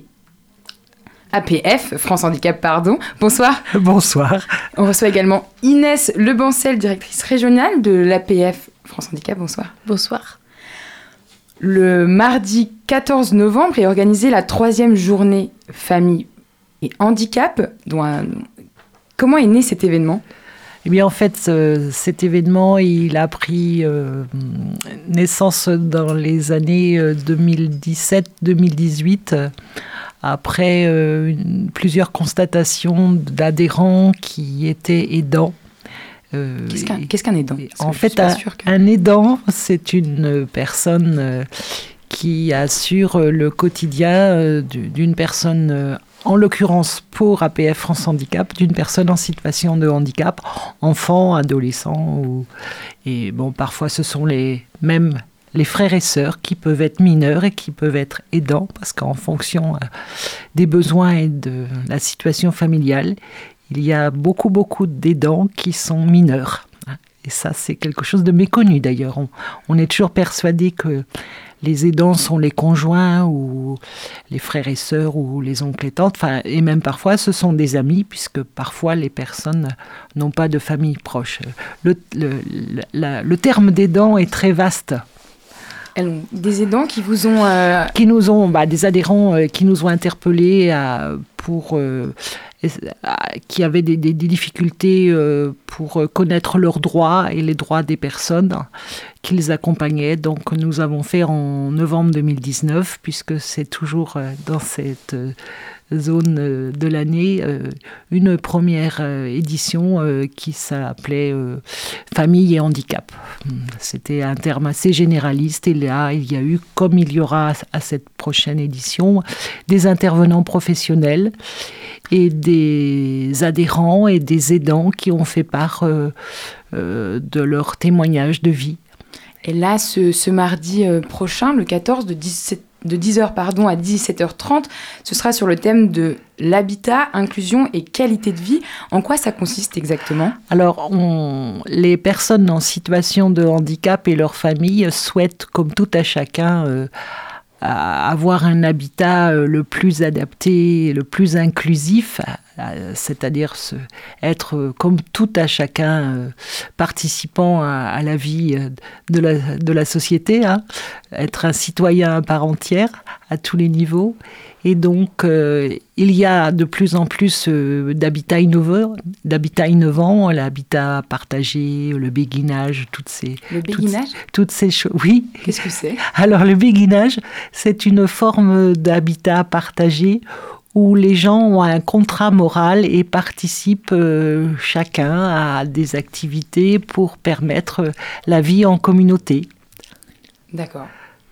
A P F, France Handicap, pardon. Bonsoir. Bonsoir. On reçoit également Inès Lebancel, directrice régionale de l'A P F France Handicap. Bonsoir. Bonsoir. Le mardi quatorze novembre est organisée la troisième journée famille et handicap. Dont un... Comment est né cet événement ? Eh bien, en fait, euh, cet événement, il a pris euh, naissance dans les années euh, deux mille dix-sept deux mille dix-huit, euh, après euh, une, plusieurs constatations d'adhérents qui étaient aidants. Euh, qu'est-ce, qu'un, qu'est-ce qu'un aidant ? En fait, un, que... un aidant, c'est une personne euh, qui assure le quotidien euh, d'une personne euh, en l'occurrence pour A P F France Handicap, d'une personne en situation de handicap, enfant, adolescent, ou... et bon, parfois ce sont les mêmes les frères et sœurs qui peuvent être mineurs et qui peuvent être aidants, parce qu'en fonction euh, des besoins et de la situation familiale, il y a beaucoup, beaucoup d'aidants qui sont mineurs. Et ça, c'est quelque chose de méconnu d'ailleurs. On, on est toujours persuadé que les aidants sont les conjoints ou les frères et sœurs ou les oncles et tantes, enfin, et même parfois ce sont des amis, puisque parfois les personnes n'ont pas de famille proche. Le, le, la, le terme d'aidant est très vaste. Des aidants qui vous ont... Euh... Qui nous ont, bah, des adhérents euh, qui nous ont interpellés euh, pour... Euh, qui avaient des, des, des difficultés euh, pour connaître leurs droits et les droits des personnes qu'ils accompagnaient. Donc nous avons fait en novembre deux mille dix-neuf, puisque c'est toujours euh, dans cette euh, zone euh, de l'année, euh, une première euh, édition euh, qui s'appelait euh, Famille et handicap. C'était un terme assez généraliste, et là il y a eu, comme il y aura à cette prochaine édition, des intervenants professionnels et des adhérents et des aidants qui ont fait part euh, euh, de leur témoignage de vie. Et là, ce, ce mardi euh, prochain, le quatorze, de, dix-sept, de dix heures pardon, à dix-sept heures trente, ce sera sur le thème de l'habitat, inclusion et qualité de vie. En quoi ça consiste exactement ? Alors, on, les personnes en situation de handicap et leurs familles souhaitent, comme tout à chacun, euh, à avoir un habitat le plus adapté, le plus inclusif, c'est-à-dire se, être comme tout à chacun participant à, à la vie de la, de la société, hein, être un citoyen à part entière à tous les niveaux. Et donc, euh, il y a de plus en plus euh, d'habitats innovants, d'habitats innovants, l'habitat partagé, le béguinage, toutes ces... Le béguinage ? Toutes, toutes ces choses, oui. Qu'est-ce que c'est ? Alors, le béguinage, c'est une forme d'habitat partagé où les gens ont un contrat moral et participent euh, chacun à des activités pour permettre la vie en communauté. D'accord.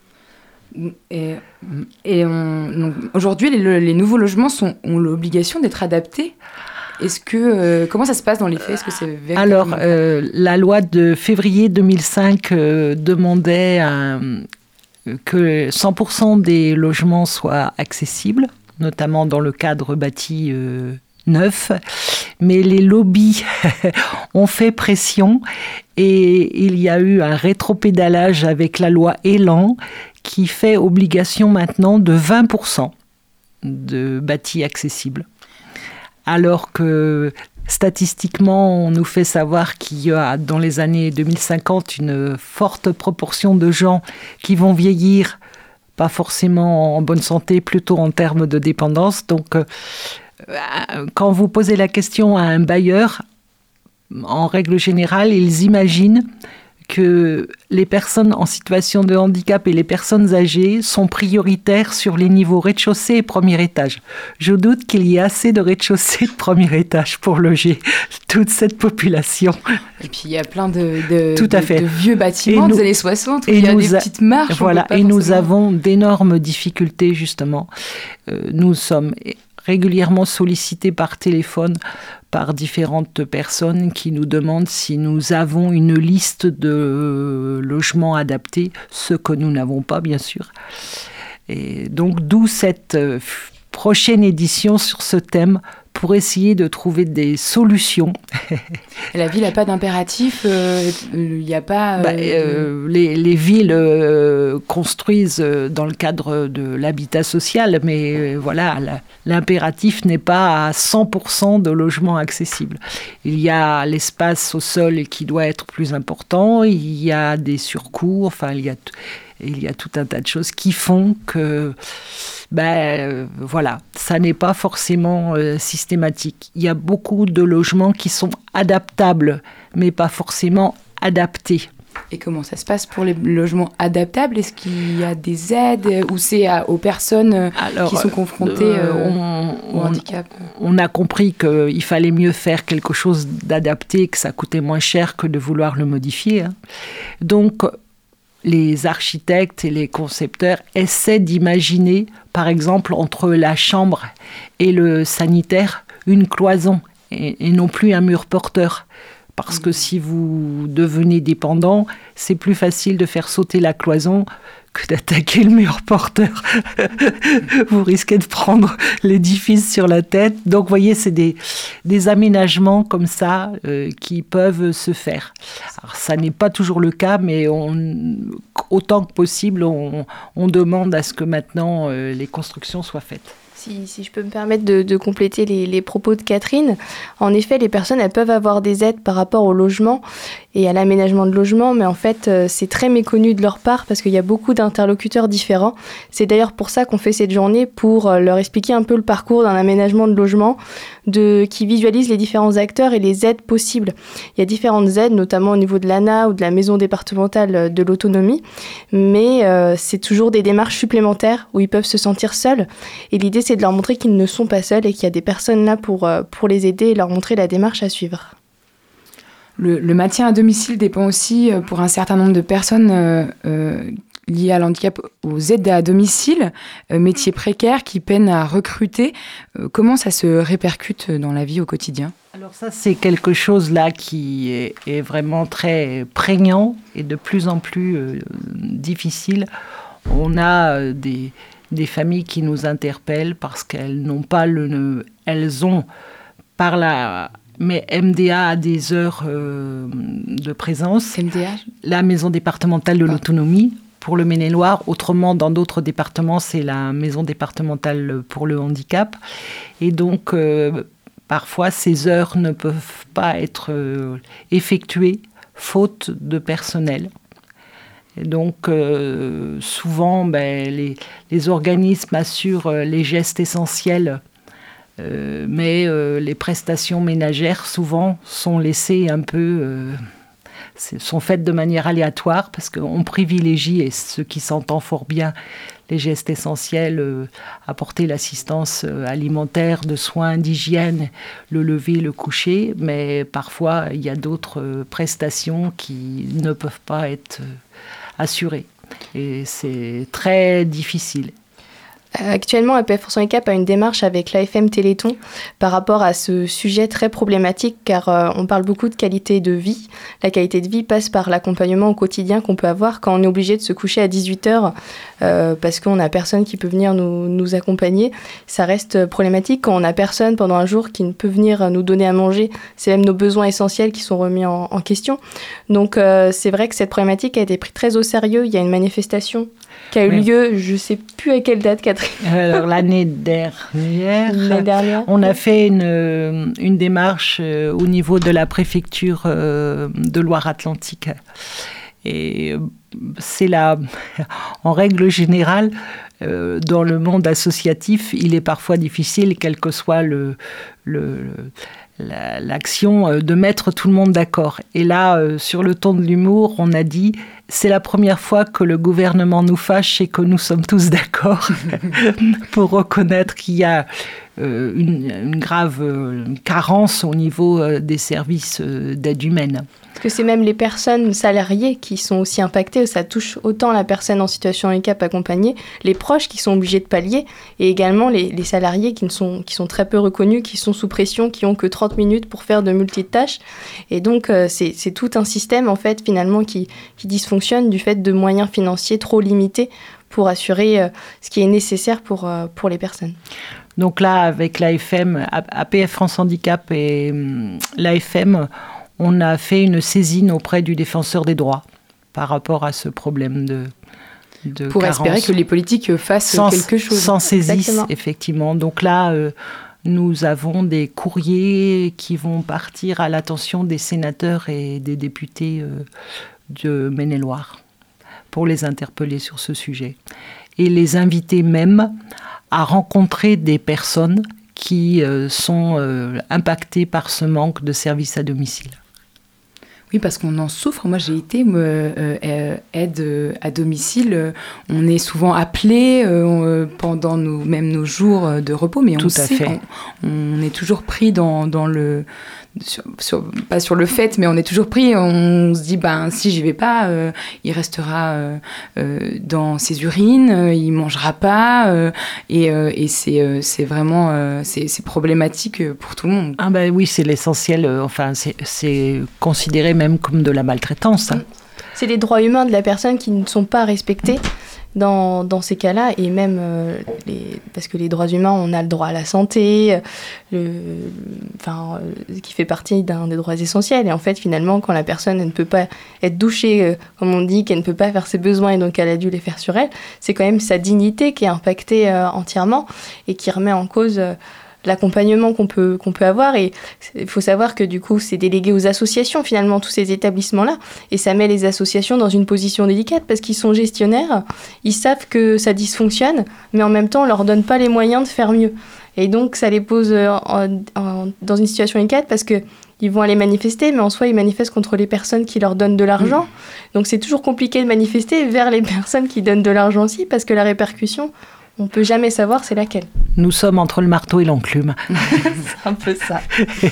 Et, et on, donc, aujourd'hui, les, les nouveaux logements sont, ont l'obligation d'être adaptés. Est-ce que, euh, comment ça se passe dans les faits ? Est-ce que c'est véritablement... Alors, euh, la loi de février deux mille cinq euh, demandait un, que cent pour cent des logements soient accessibles, notamment dans le cadre bâti euh, neuf. Mais les lobbies ont fait pression et il y a eu un rétropédalage avec la loi Elan qui fait obligation maintenant de vingt pour cent de bâtis accessibles. Alors que statistiquement, on nous fait savoir qu'il y a dans les années deux mille cinquante une forte proportion de gens qui vont vieillir, pas forcément en bonne santé, plutôt en termes de dépendance. Donc, euh, quand vous posez la question à un bailleur, en règle générale, ils imaginent que les personnes en situation de handicap et les personnes âgées sont prioritaires sur les niveaux rez-de-chaussée et premier étage. Je doute qu'il y ait assez de rez-de-chaussée et de premier étage pour loger toute cette population. Et puis il y a plein de, de, Tout à de, fait. de vieux bâtiments nous, des années soixante où il y a des a, petites marches. Voilà, et nous avons d'énormes difficultés justement. Euh, nous sommes régulièrement sollicités par téléphone par différentes personnes qui nous demandent si nous avons une liste de logements adaptés, ce que nous n'avons pas bien sûr. Et donc d'où cette prochaine édition sur ce thème pour essayer de trouver des solutions. La ville n'a pas d'impératif, il euh, n'y a pas... Euh... Bah, euh, les, les villes euh, construisent dans le cadre de l'habitat social, mais euh, voilà, la, l'impératif n'est pas à cent pour cent de logements accessibles. Il y a l'espace au sol qui doit être plus important, il y a des surcoûts, enfin il y a... T- Il y a tout un tas de choses qui font que, ben euh, voilà, ça n'est pas forcément euh, systématique. Il y a beaucoup de logements qui sont adaptables, mais pas forcément adaptés. Et comment ça se passe pour les logements adaptables ? Est-ce qu'il y a des aides ou c'est à, aux personnes Alors, qui sont confrontées euh, on, au on, handicap ? On a compris qu'il fallait mieux faire quelque chose d'adapté, que ça coûtait moins cher que de vouloir le modifier. Hein. Donc, les architectes et les concepteurs essaient d'imaginer, par exemple, entre la chambre et le sanitaire, une cloison et, et non plus un mur porteur. Parce que si vous devenez dépendant, c'est plus facile de faire sauter la cloison que d'attaquer le mur porteur. Vous risquez de prendre l'édifice sur la tête. Donc, vous voyez, c'est des, des aménagements comme ça euh, qui peuvent se faire. Alors, ça n'est pas toujours le cas, mais on, autant que possible, on, on demande à ce que maintenant euh, les constructions soient faites. Si, si je peux me permettre de, de compléter les, les propos de Catherine, en effet, les personnes, elles peuvent avoir des aides par rapport au logement et à l'aménagement de logement, mais en fait, euh, c'est très méconnu de leur part parce qu'il y a beaucoup d'interlocuteurs différents. C'est d'ailleurs pour ça qu'on fait cette journée, pour euh, leur expliquer un peu le parcours d'un aménagement de logement, de, qui visualise les différents acteurs et les aides possibles. Il y a différentes aides, notamment au niveau de l'A N A ou de la Maison départementale de l'autonomie, mais euh, c'est toujours des démarches supplémentaires où ils peuvent se sentir seuls. Et l'idée, c'est de leur montrer qu'ils ne sont pas seuls et qu'il y a des personnes là pour, euh, pour les aider et leur montrer la démarche à suivre. Le, le maintien à domicile dépend aussi euh, pour un certain nombre de personnes euh, euh, liées à l'handicap aux aides à domicile, euh, métiers précaires qui peinent à recruter. Euh, comment ça se répercute dans la vie au quotidien ? Alors ça, c'est quelque chose là qui est, est vraiment très prégnant et de plus en plus euh, difficile. On a euh, des... des familles qui nous interpellent parce qu'elles n'ont pas le... Elles ont, par la... Mais M D A a des heures euh, de présence. M D A ? La Maison départementale de l'autonomie pour le Maine-et-Loire. Autrement, dans d'autres départements, c'est la Maison départementale pour le handicap. Et donc, euh, parfois, ces heures ne peuvent pas être euh, effectuées faute de personnel. Et donc, euh, souvent, ben, les, les organismes assurent euh, les gestes essentiels, euh, mais euh, les prestations ménagères, souvent, sont laissées un peu... Euh, sont faites de manière aléatoire, parce qu'on privilégie, et ce qui s'entend fort bien, les gestes essentiels, euh, apporter l'assistance euh, alimentaire, de soins, d'hygiène, le lever, le coucher, mais parfois, il y a d'autres euh, prestations qui ne peuvent pas être... Euh, assuré. Et c'est très difficile. Actuellement, A P F France Handicap a une démarche avec l'A F M Téléthon par rapport à ce sujet très problématique, car euh, on parle beaucoup de qualité de vie. La qualité de vie passe par l'accompagnement au quotidien qu'on peut avoir quand on est obligé de se coucher à dix-huit heures euh, parce qu'on n'a personne qui peut venir nous, nous accompagner. Ça reste problématique quand on n'a personne pendant un jour qui ne peut venir nous donner à manger. C'est même nos besoins essentiels qui sont remis en, en question. Donc euh, c'est vrai que cette problématique a été prise très au sérieux. Il y a une manifestation qui a eu oui. lieu, je ne sais plus à quelle date, Catherine. Alors, l'année dernière, l'année dernière, on a fait une, une démarche euh, au niveau de la préfecture euh, de Loire-Atlantique. Et c'est là, en règle générale, euh, dans le monde associatif, il est parfois difficile, quel que soit le, le, la, l'action de mettre tout le monde d'accord. Et là, euh, sur le ton de l'humour, on a dit « c'est la première fois que le gouvernement nous fâche et que nous sommes tous d'accord pour reconnaître qu'il y a euh, une, une grave euh, carence au niveau euh, des services euh, d'aide humaine ». Parce que c'est même les personnes salariées qui sont aussi impactées. Ça touche autant la personne en situation de handicap accompagnée, les proches qui sont obligés de pallier, et également les, les salariés qui, ne sont, qui sont très peu reconnus, qui sont sous pression, qui n'ont que trente minutes pour faire de multitâches. Et donc, euh, c'est, c'est tout un système, en fait, finalement, qui, qui dysfonctionne du fait de moyens financiers trop limités pour assurer euh, ce qui est nécessaire pour, euh, pour les personnes. Donc là, avec l'A F M, A P F France Handicap et hum, l'A F M, on a fait une saisine auprès du défenseur des droits par rapport à ce problème de, de pour carence. espérer que les politiques fassent sans, quelque chose. S'en saisissent, Exactement. Effectivement. Donc là, euh, nous avons des courriers qui vont partir à l'attention des sénateurs et des députés euh, de Maine-et-Loire pour les interpeller sur ce sujet. Et les inviter même à rencontrer des personnes qui euh, sont euh, impactées par ce manque de services à domicile. Oui, parce qu'on en souffre. Moi, j'ai été euh, euh, aide euh, à domicile. On est souvent appelé euh, pendant nos, même nos jours de repos, mais Tout on à sait, fait. on, on est toujours pris dans, dans le... Sur, sur, pas sur le fait, mais on est toujours pris, on se dit, ben, si j'y vais pas, euh, il restera euh, euh, dans ses urines, euh, il mangera pas, euh, et, euh, et c'est, euh, c'est vraiment euh, c'est, c'est problématique pour tout le monde. Ah ben oui, c'est l'essentiel, euh, enfin, c'est, c'est considéré même comme de la maltraitance. Hein. C'est les droits humains de la personne qui ne sont pas respectés dans, dans ces cas-là, et même euh, les, parce que les droits humains, on a le droit à la santé, le, enfin, euh, qui fait partie d'un des droits essentiels. Et en fait, finalement, quand la personne elle ne peut pas être douchée, euh, comme on dit, qu'elle ne peut pas faire ses besoins et donc elle a dû les faire sur elle, c'est quand même sa dignité qui est impactée euh, entièrement et qui remet en cause euh, l'accompagnement qu'on peut, qu'on peut avoir. Et il faut savoir que du coup, c'est délégué aux associations, finalement, tous ces établissements-là. Et ça met les associations dans une position délicate parce qu'ils sont gestionnaires, ils savent que ça dysfonctionne, mais en même temps, on ne leur donne pas les moyens de faire mieux. Et donc, ça les pose en, en, dans une situation délicate parce que ils vont aller manifester, mais en soi, ils manifestent contre les personnes qui leur donnent de l'argent. Mmh. Donc, c'est toujours compliqué de manifester vers les personnes qui donnent de l'argent aussi parce que la répercussion, on ne peut jamais savoir c'est laquelle. Nous sommes entre le marteau et l'enclume. C'est un peu ça.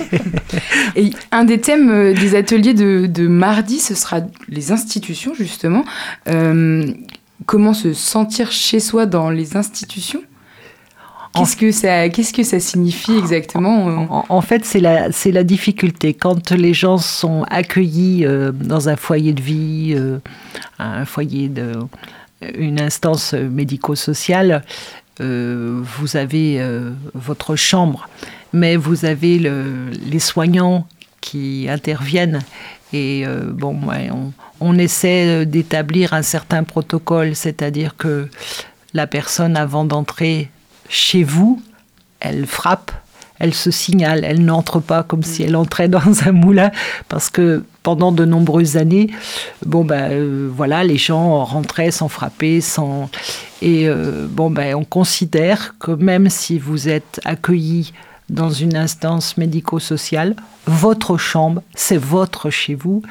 Et un des thèmes des ateliers de, de mardi, ce sera les institutions, justement. Euh, comment se sentir chez soi dans les institutions ? Qu'est-ce que ça, qu'est-ce que ça signifie exactement ? En, en fait, c'est la, c'est la difficulté. Quand les gens sont accueillis euh, dans un foyer de vie, euh, un foyer de... une instance médico-sociale, euh, vous avez euh, votre chambre, mais vous avez le, les soignants qui interviennent. Et euh, bon, ouais, on, on essaie d'établir un certain protocole, c'est-à-dire que la personne, avant d'entrer chez vous, elle frappe, elle se signale, elle n'entre pas comme si elle entrait dans un moulin, parce que pendant de nombreuses années, bon ben euh, voilà, les gens rentraient sans frapper, sans et euh, bon ben on considère que même si vous êtes accueilli dans une instance médico-sociale, votre chambre, c'est votre chez vous.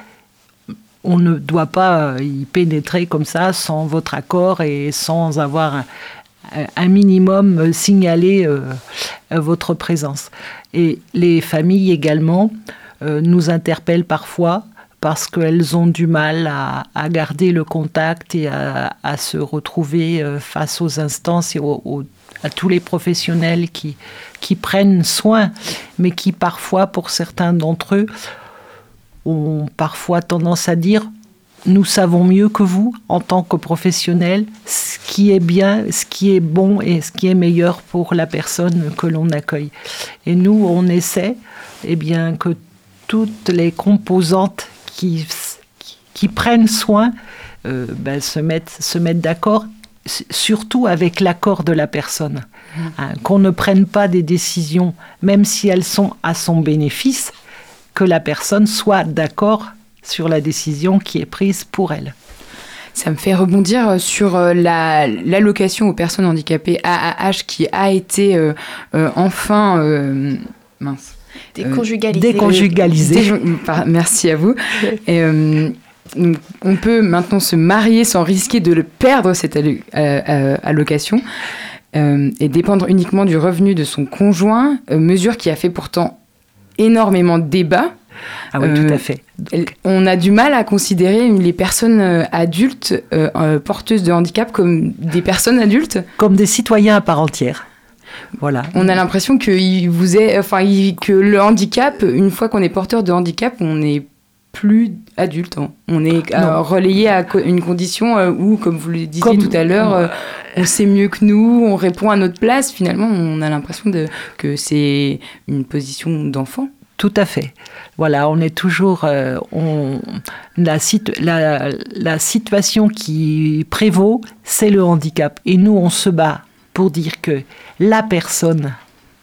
On ne doit pas y pénétrer comme ça sans votre accord et sans avoir un, un minimum signalé euh, votre présence. Et les familles également euh, nous interpellent parfois parce qu'elles ont du mal à, à garder le contact et à, à se retrouver euh, face aux instances et aux, aux, à tous les professionnels qui, qui prennent soin, mais qui parfois, pour certains d'entre eux, ont parfois tendance à dire « nous savons mieux que vous, en tant que professionnels, ce qui est bien, ce qui est bon et ce qui est meilleur pour la personne que l'on accueille. » Et nous, on essaie eh bien, que toutes les composantes qui, qui, qui prennent soin euh, ben, se mettent, se mettent d'accord, surtout avec l'accord de la personne. Mmh. Hein, qu'on ne prenne pas des décisions, même si elles sont à son bénéfice, que la personne soit d'accord sur la décision qui est prise pour elle. Ça me fait rebondir sur la, l'allocation aux personnes handicapées A A H qui a été euh, euh, enfin... Euh, mince. Déconjugalisé. Déconjugalisé. Dé- Merci à vous. Et, euh, on peut maintenant se marier sans risquer de le perdre, cette allo- euh, allocation, euh, et dépendre uniquement du revenu de son conjoint, euh, mesure qui a fait pourtant énormément de débats. Ah oui, Euh, tout à fait. On a du mal à considérer les personnes euh, adultes euh, euh, porteuses de handicap comme des personnes adultes. Comme des citoyens à part entière. Voilà. On a l'impression que, il vous est, enfin, il- que le handicap, une fois qu'on est porteur de handicap, on n'est plus adulte. Hein. On est euh, relayé à co- une condition euh, où, comme vous le disiez Comme- tout à l'heure, euh, on sait mieux que nous, on répond à notre place. Finalement, on a l'impression de, que c'est une position d'enfant. Tout à fait. Voilà, on est toujours... euh, on, la, situ- la, la situation qui prévaut, c'est le handicap. Et nous, on se bat pour dire que la personne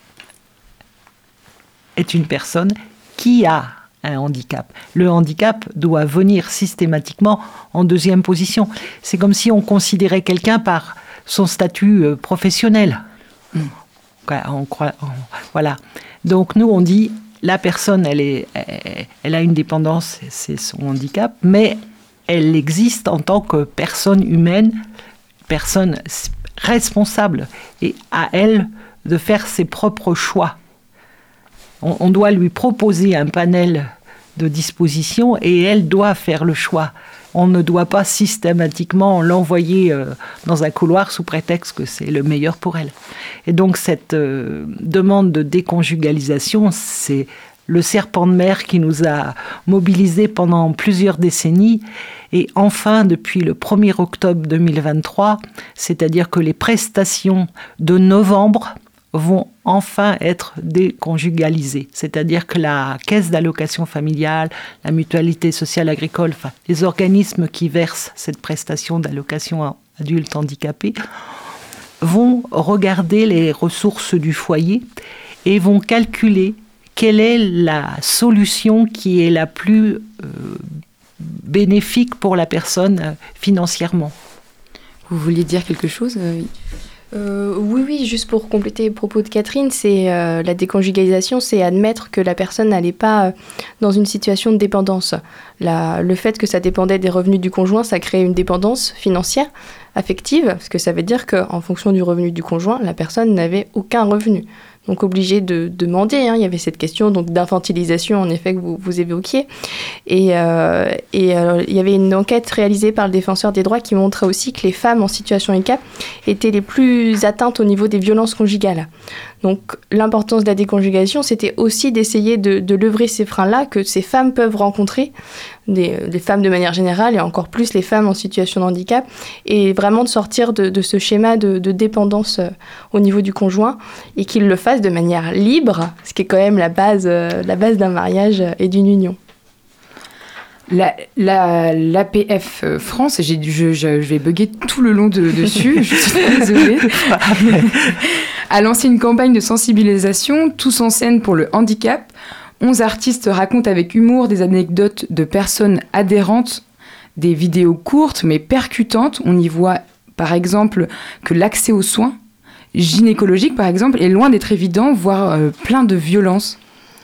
est une personne qui a un handicap. Le handicap doit venir systématiquement en deuxième position. C'est comme si on considérait quelqu'un par son statut euh, professionnel. Mm. On croit, on, voilà. Donc nous, on dit... La personne, elle, est, elle a une dépendance, c'est son handicap, mais elle existe en tant que personne humaine, personne responsable, et à elle de faire ses propres choix. On, on doit lui proposer un panel de dispositions et elle doit faire le choix. On ne doit pas systématiquement l'envoyer euh, dans un couloir sous prétexte que c'est le meilleur pour elle. Et donc cette euh, demande de déconjugalisation, c'est le serpent de mer qui nous a mobilisés pendant plusieurs décennies. Et enfin, depuis le premier octobre deux mille vingt-trois, c'est-à-dire que les prestations de novembre vont enfin être déconjugalisées. C'est-à-dire que la caisse d'allocation familiale, la mutualité sociale agricole, enfin, les organismes qui versent cette prestation d'allocation adulte handicapé vont regarder les ressources du foyer et vont calculer quelle est la solution qui est la plus euh, bénéfique pour la personne euh, financièrement. Vous vouliez dire quelque chose euh... Euh, oui, oui, juste pour compléter les propos de Catherine, c'est euh, la déconjugalisation, c'est admettre que la personne n'allait pas euh, dans une situation de dépendance. La, le fait que ça dépendait des revenus du conjoint, ça crée une dépendance financière, affective, parce que ça veut dire qu'en fonction du revenu du conjoint, la personne n'avait aucun revenu. Donc obligée de demander, hein. Il y avait cette question donc, d'infantilisation en effet que vous, vous évoquiez. Et, euh, et euh, il y avait une enquête réalisée par le défenseur des droits qui montrait aussi que les femmes en situation de handicap étaient les plus atteintes au niveau des violences conjugales. Donc l'importance de la déconjugation, c'était aussi d'essayer de, de lever ces freins-là que ces femmes peuvent rencontrer, des, des femmes de manière générale et encore plus les femmes en situation de handicap, et vraiment de sortir de, de ce schéma de, de dépendance euh, au niveau du conjoint et qu'ils le fassent de manière libre, ce qui est quand même la base, euh, la base d'un mariage et d'une union. La, la, l'A P F France, j'ai, je, je, je vais bugger tout le long de, dessus, je suis désolée, a lancé une campagne de sensibilisation, Tous en scène pour le handicap. onze artistes racontent avec humour des anecdotes de personnes adhérentes, des vidéos courtes mais percutantes. On y voit par exemple que l'accès aux soins gynécologiques, par exemple, est loin d'être évident, voire euh, plein de violence.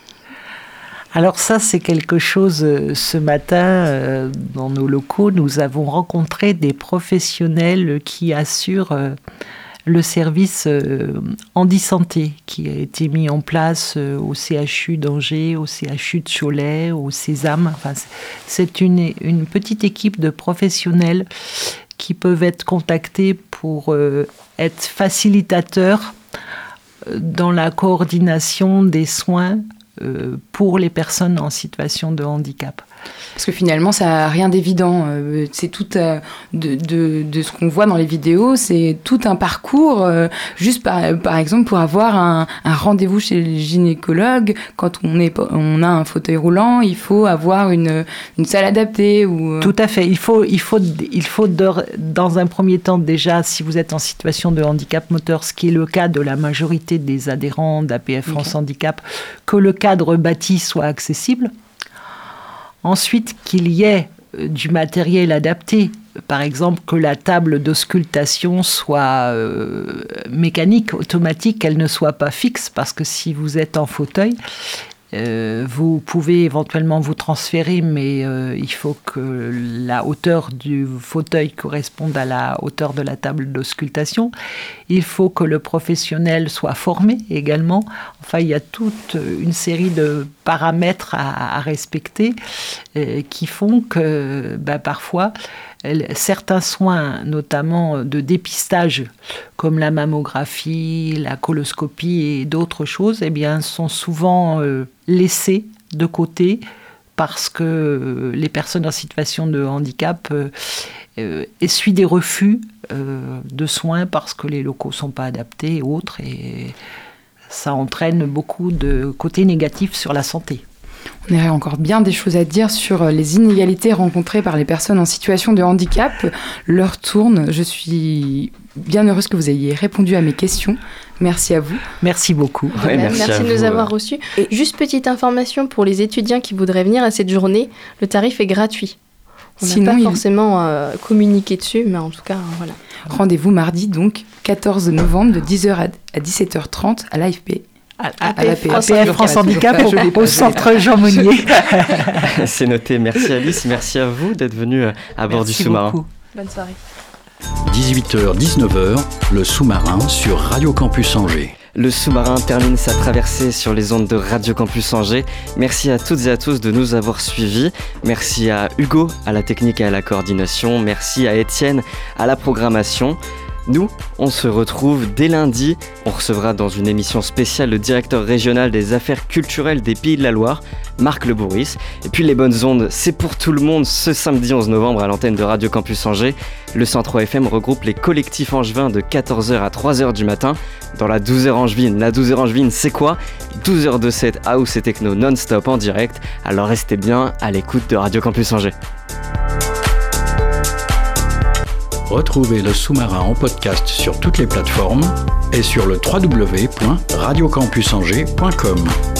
Alors ça, c'est quelque chose, euh, ce matin, euh, dans nos locaux, nous avons rencontré des professionnels qui assurent euh, le service euh, Handisanté, qui a été mis en place euh, au C H U d'Angers, au C H U de Cholet, au Sésame. Enfin, c'est une, une petite équipe de professionnels qui peuvent être contactés pour euh, être facilitateurs dans la coordination des soins Euh, pour les personnes en situation de handicap. Parce que finalement, ça n'a rien d'évident. Euh, c'est tout euh, de, de, de ce qu'on voit dans les vidéos, c'est tout un parcours, euh, juste par, par exemple pour avoir un, un rendez-vous chez le gynécologue. Quand on, est, on a un fauteuil roulant, il faut avoir une, une salle adaptée. Ou... Tout à fait. Il faut, il faut, il faut de, dans un premier temps déjà, si vous êtes en situation de handicap moteur, ce qui est le cas de la majorité des adhérents d'A P F France okay. Handicap, que le cadre bâti soit accessible. Ensuite, qu'il y ait du matériel adapté, par exemple que la table d'auscultation soit euh, mécanique, automatique, qu'elle ne soit pas fixe, parce que si vous êtes en fauteuil, Euh, vous pouvez éventuellement vous transférer, mais euh, il faut que la hauteur du fauteuil corresponde à la hauteur de la table d'auscultation. Il faut que le professionnel soit formé également. Enfin, il y a toute une série de paramètres à, à respecter euh, qui font que ben, parfois, certains soins, notamment de dépistage, comme la mammographie, la coloscopie et d'autres choses, eh bien, sont souvent euh, laissés de côté parce que les personnes en situation de handicap euh, euh, essuient des refus euh, de soins parce que les locaux ne sont pas adaptés et autres. Et ça entraîne beaucoup de côtés négatifs sur la santé. On aurait encore bien des choses à dire sur les inégalités rencontrées par les personnes en situation de handicap. L'heure tourne. Je suis bien heureuse que vous ayez répondu à mes questions. Merci à vous. Merci beaucoup. Ouais, merci merci de nous vous. avoir reçus. Et juste petite information pour les étudiants qui voudraient venir à cette journée, le tarif est gratuit. On n'a pas il... forcément euh, communiqué dessus, mais en tout cas, voilà. Rendez-vous mardi, donc, quatorze novembre, de dix heures à dix-sept heures trente à l'A F P. À, à, à l'A P F France Handicap au, au centre Jean Monnier. C'est noté. Merci Alice, merci à vous d'être venue à bord merci du sous-marin. Beaucoup. Bonne soirée. dix-huit heures dix-neuf heures, le sous-marin sur Radio Campus Angers. Le sous-marin termine sa traversée sur les ondes de Radio Campus Angers. Merci à toutes et à tous de nous avoir suivis. Merci à Hugo à la technique et à la coordination. Merci à Étienne à la programmation. Nous, on se retrouve dès lundi. On recevra dans une émission spéciale le directeur régional des affaires culturelles des Pays de la Loire, Marc Le Bourris. Et puis les bonnes ondes, c'est pour tout le monde ce samedi onze novembre à l'antenne de Radio Campus Angers. Le cent trois F M regroupe les collectifs angevins de quatorze heures à trois heures du matin dans la douze heures angevine. La douze heures angevine, c'est quoi ? douze heures de set house et techno non-stop en direct. Alors restez bien à l'écoute de Radio Campus Angers. Retrouvez le sous-marin en podcast sur toutes les plateformes et sur le w w w point radio campus angers point com.